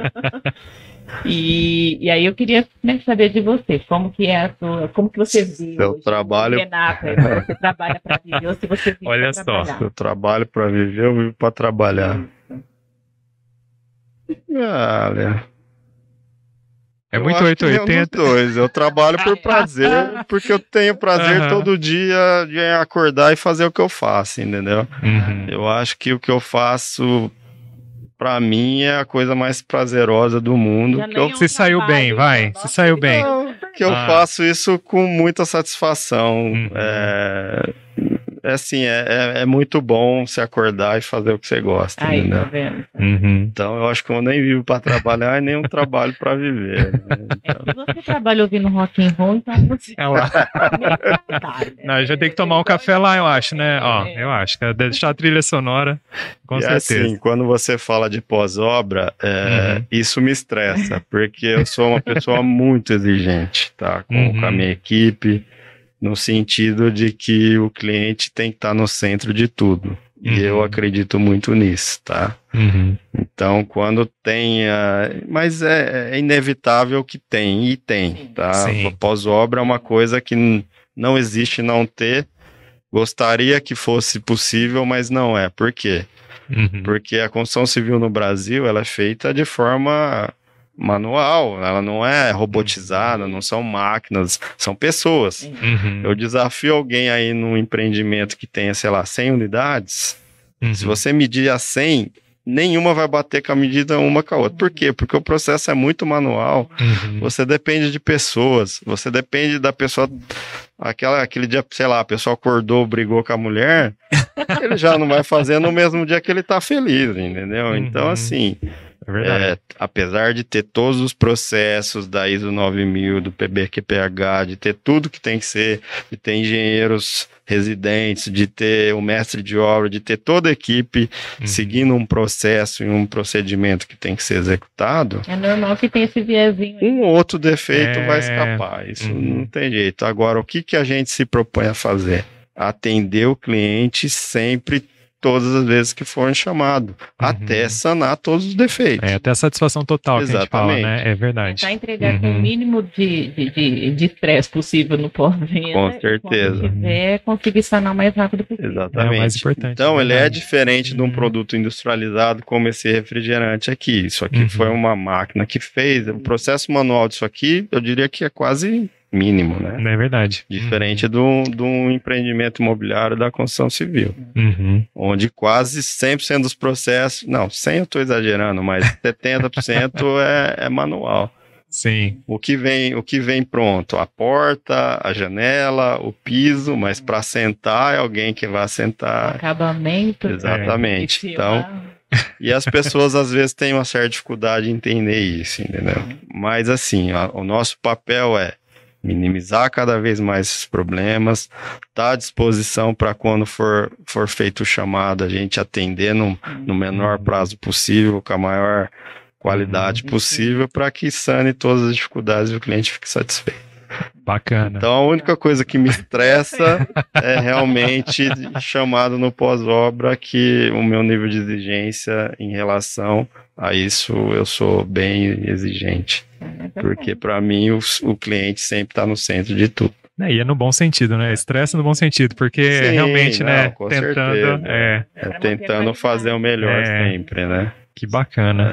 E aí eu queria, né, saber de você, como que é como que você vive Seu trabalho... Renato, você trabalha para viver ou se você vive Olha pra só, trabalhar? Eu trabalho para viver, eu vivo para trabalhar. Olha... É muito 880. Dois. Eu trabalho por prazer, porque eu tenho prazer todo dia de acordar e fazer o que eu faço, entendeu? Eu acho que o que eu faço, pra mim, é a coisa mais prazerosa do mundo. Você saiu bem, vai. Você saiu bem. Que eu faço isso com muita satisfação. Assim, é muito bom se acordar e fazer o que você gosta. Aí, tá vendo? Então, eu acho que eu nem vivo para trabalhar e nem um trabalho para viver. Né? Então... Se você trabalha ouvindo rock and roll, então você... Não, já tem que tomar um café lá, eu acho, né? Ó, eu acho que deixar a trilha sonora, com certeza. Assim, quando você fala de pós-obra, isso me estressa, porque eu sou uma pessoa muito exigente, tá? Com a minha equipe, no sentido de que o cliente tem que estar no centro de tudo. E eu acredito muito nisso, tá? Então, quando tem... Mas é inevitável que tem, e tem, tá? Pós-obra é uma coisa que não existe não ter. Gostaria que fosse possível, mas não é. Por quê? Porque a construção civil no Brasil, ela é feita de forma... manual, ela não é robotizada, não são máquinas, são pessoas. Eu desafio alguém aí num empreendimento que tenha, sei lá, 100 unidades, se você medir a 100, nenhuma vai bater com a medida uma com a outra. Por quê? Porque o processo é muito manual, você depende de pessoas, você depende da pessoa... Aquele dia, sei lá, a pessoa acordou, brigou com a mulher, ele já não vai fazer no mesmo dia que ele tá feliz, entendeu? Então, assim... apesar de ter todos os processos da ISO 9000, do PBQPH, de ter tudo que tem que ser, de ter engenheiros residentes, de ter o mestre de obra, de ter toda a equipe seguindo um processo e um procedimento que tem que ser executado. É normal que tenha esse viezinho. Um outro defeito vai escapar, isso não tem jeito. Agora, o que a gente se propõe a fazer? Atender o cliente sempre, todas as vezes que for chamado, até sanar todos os defeitos. Até a satisfação total que a gente fala, né? É verdade. Tentar entregar com o mínimo de estresse possível no pós-venda. Com certeza. Quando quiser, conseguir sanar o mais rápido possível. Exatamente. É o mais importante. Então, ele é diferente de um produto industrializado como esse refrigerante aqui. Isso aqui foi uma máquina que fez. O processo manual disso aqui, eu diria que é quase... mínimo, né? É verdade. Diferente de um empreendimento imobiliário da construção civil, onde quase 100% dos processos, não, 100 eu estou exagerando, mas 70% é manual. Sim. O que vem pronto? A porta, a janela, o piso, mas para sentar é alguém que vai sentar. Acabamento. Exatamente. Então... E as pessoas às vezes têm uma certa dificuldade em entender isso, entendeu? Mas assim, o nosso papel é minimizar cada vez mais esses problemas, estar à disposição para quando for feito o chamado, a gente atender no menor prazo possível, com a maior qualidade possível, para que sane todas as dificuldades e o cliente fique satisfeito. Bacana. Então a única coisa que me estressa é realmente chamado no pós-obra, que o meu nível de exigência em relação a isso, eu sou bem exigente. Porque para mim o cliente sempre está no centro de tudo. E é no bom sentido, né? Estresse no bom sentido, porque sim, realmente, né? Com tentando. certeza. Tentando fazer o melhor sempre, né? Que bacana.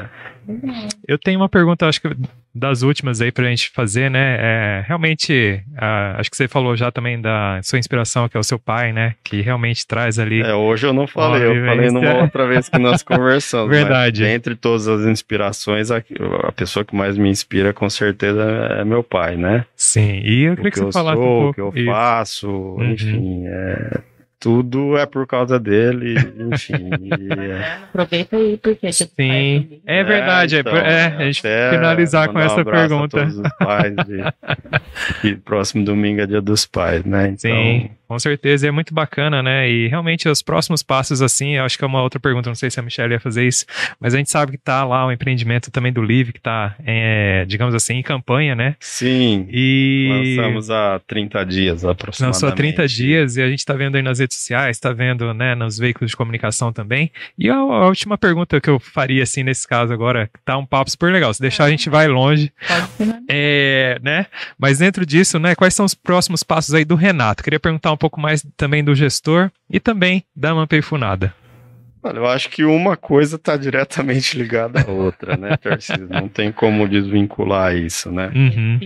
Eu tenho uma pergunta, acho que das últimas aí pra gente fazer, né? Realmente, acho que você falou já também da sua inspiração, que é o seu pai, né? Que realmente traz ali. Hoje eu não falei, eu falei numa outra vez que nós conversamos. Verdade. Mas, dentre todas as inspirações, a pessoa que mais me inspira, com certeza, é meu pai, né? Sim, e eu queria que você falasse um pouco. O que eu faço, enfim, tudo é por causa dele, enfim. Aproveita aí, porque sim, é verdade. Então, a gente finalizar com essa pergunta. A todos os pais e próximo domingo é Dia dos Pais, né? Então, sim, com certeza, é muito bacana, né? E realmente os próximos passos, assim, eu acho que é uma outra pergunta, não sei se a Michelle ia fazer isso, mas a gente sabe que tá lá o empreendimento também do Live, que tá, digamos assim, em campanha, né? Sim, e lançamos há 30 dias aproximadamente. Lançou há 30 dias e a gente tá vendo aí nas redes sociais, tá vendo, né, nos veículos de comunicação também. E a última pergunta que eu faria, assim, nesse caso agora, tá um papo super legal, se deixar a gente vai longe, né? Mas dentro disso, né, quais são os próximos passos aí do Renato? Queria perguntar um pouco mais também do gestor e também da Mampei Funada. Olha, eu acho que uma coisa está diretamente ligada à outra, né, Tarcísio? Não tem como desvincular isso, né? Uhum.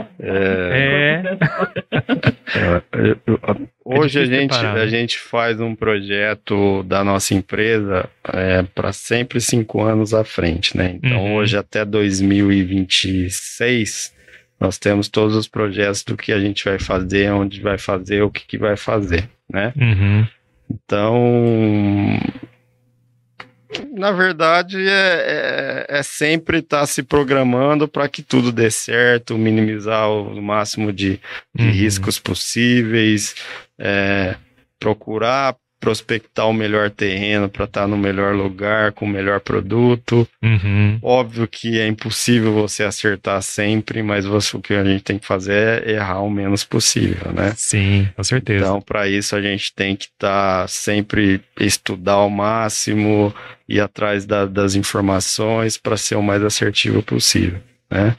Hoje a gente faz um projeto da nossa empresa para sempre 5 anos à frente, né? Então, hoje até 2026, nós temos todos os projetos do que a gente vai fazer, onde vai fazer, o que vai fazer, né? Uhum. Então, na verdade, é sempre estar se programando para que tudo dê certo, minimizar o máximo de riscos possíveis, procurar prospectar o melhor terreno para estar no melhor lugar, com o melhor produto. Óbvio que é impossível você acertar sempre, mas o que a gente tem que fazer é errar o menos possível, né? Sim, com certeza. Então, para isso, a gente tem que estar sempre estudar ao máximo, ir atrás das informações para ser o mais assertivo possível, né?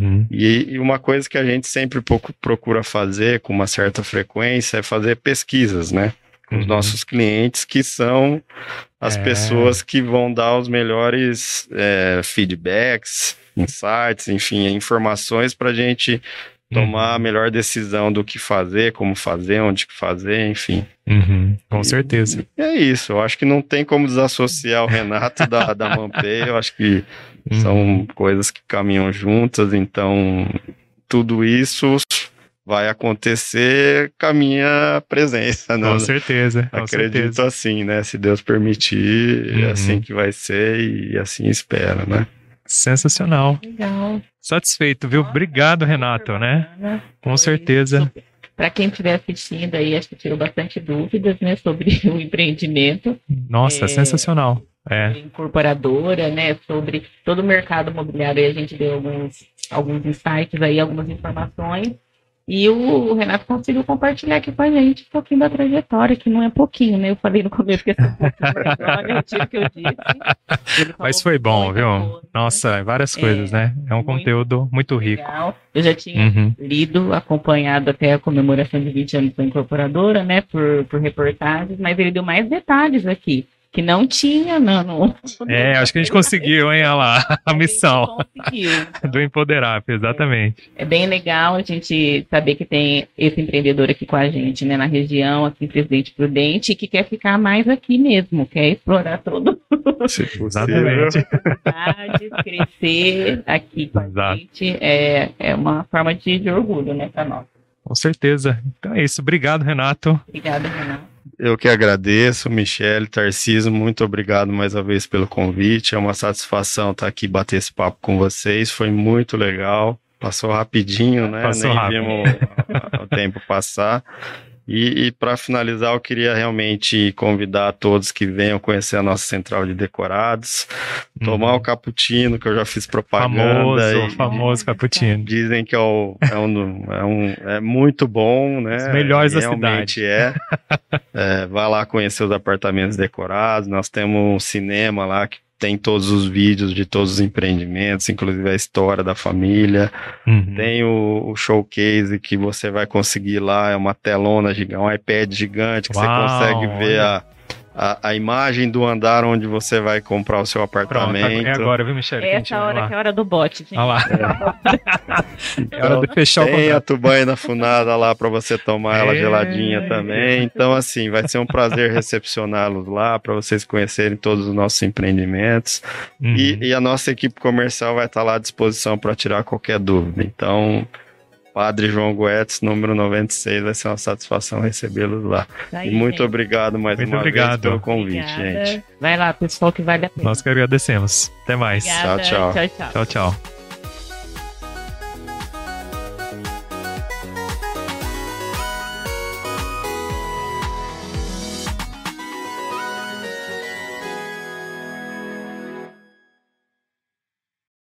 E uma coisa que a gente sempre procura fazer com uma certa frequência é fazer pesquisas, né? Com os nossos clientes, que são as pessoas que vão dar os melhores feedbacks, insights, enfim, informações para a gente tomar a melhor decisão do que fazer, como fazer, onde fazer, enfim. Com certeza. E é isso, eu acho que não tem como desassociar o Renato da Mampei, eu acho que são coisas que caminham juntas, então tudo isso vai acontecer com a minha presença. Com certeza. Acredito assim, né? Se Deus permitir, é assim que vai ser e assim espero, né? Sensacional. Legal. Satisfeito, viu? Obrigado, Renato, né? Com certeza. Para quem estiver assistindo aí, acho que tirou bastante dúvidas, né, sobre o empreendimento. Nossa, sensacional. Incorporadora, né, sobre todo o mercado imobiliário, aí a gente deu alguns insights aí, algumas informações. E o Renato conseguiu compartilhar aqui com a gente um pouquinho da trajetória, que não é pouquinho, né? Eu falei no começo que é um pouquinho, retiro o que eu disse. Mas foi bom, viu? Coisa, nossa, várias coisas, né? É um conteúdo muito rico. Legal. Eu já tinha lido, acompanhado até a comemoração de 20 anos da incorporadora, né? Por reportagens, mas ele deu mais detalhes aqui. Que não tinha, não. Acho que a gente conseguiu, hein? Olha lá, a missão conseguiu, então. Do Empoderar, exatamente. É bem legal a gente saber que tem esse empreendedor aqui com a gente, né? Na região, aqui em Presidente Prudente, e que quer ficar mais aqui mesmo, quer explorar todo. Exatamente. Crescer aqui com a gente é uma forma de orgulho, né, para nós. Com certeza. Então é isso. Obrigado, Renato. Obrigada, Renato. Eu que agradeço, Michelle, Tarcísio, muito obrigado mais uma vez pelo convite. É uma satisfação estar aqui bater esse papo com vocês. Foi muito legal. Passou rapidinho, né? Passou rápido. Vimos o tempo passar. E para finalizar, eu queria realmente convidar todos que venham conhecer a nossa central de decorados, tomar o cappuccino, que eu já fiz propaganda. Famoso cappuccino. Dizem que é muito bom, né? Os melhores da realmente cidade. Vai lá conhecer os apartamentos decorados. Nós temos um cinema lá que tem todos os vídeos de todos os empreendimentos, inclusive a história da família. Tem o showcase que você vai conseguir lá, é uma telona gigante, um iPad gigante, que você consegue ver a imagem do andar onde você vai comprar o seu apartamento. Pronto, é agora, viu, Michele? É essa hora que é a hora do bote, gente. Olha lá. É hora de fechar o Tem contrato. a tubaína funada lá para você tomar ela geladinha também. Então, assim, vai ser um prazer recepcioná-los lá para vocês conhecerem todos os nossos empreendimentos. E a nossa equipe comercial vai estar lá à disposição para tirar qualquer dúvida. Então, Padre João Goetz, número 96, vai ser uma satisfação recebê-los lá. Aí, E muito gente. obrigado mais Muito uma obrigado. vez pelo convite, Obrigada. gente. Vai lá, pessoal, que vale a pena. Nós que agradecemos. Até mais. Obrigada. Tchau, tchau. Tchau, tchau. Tchau, tchau.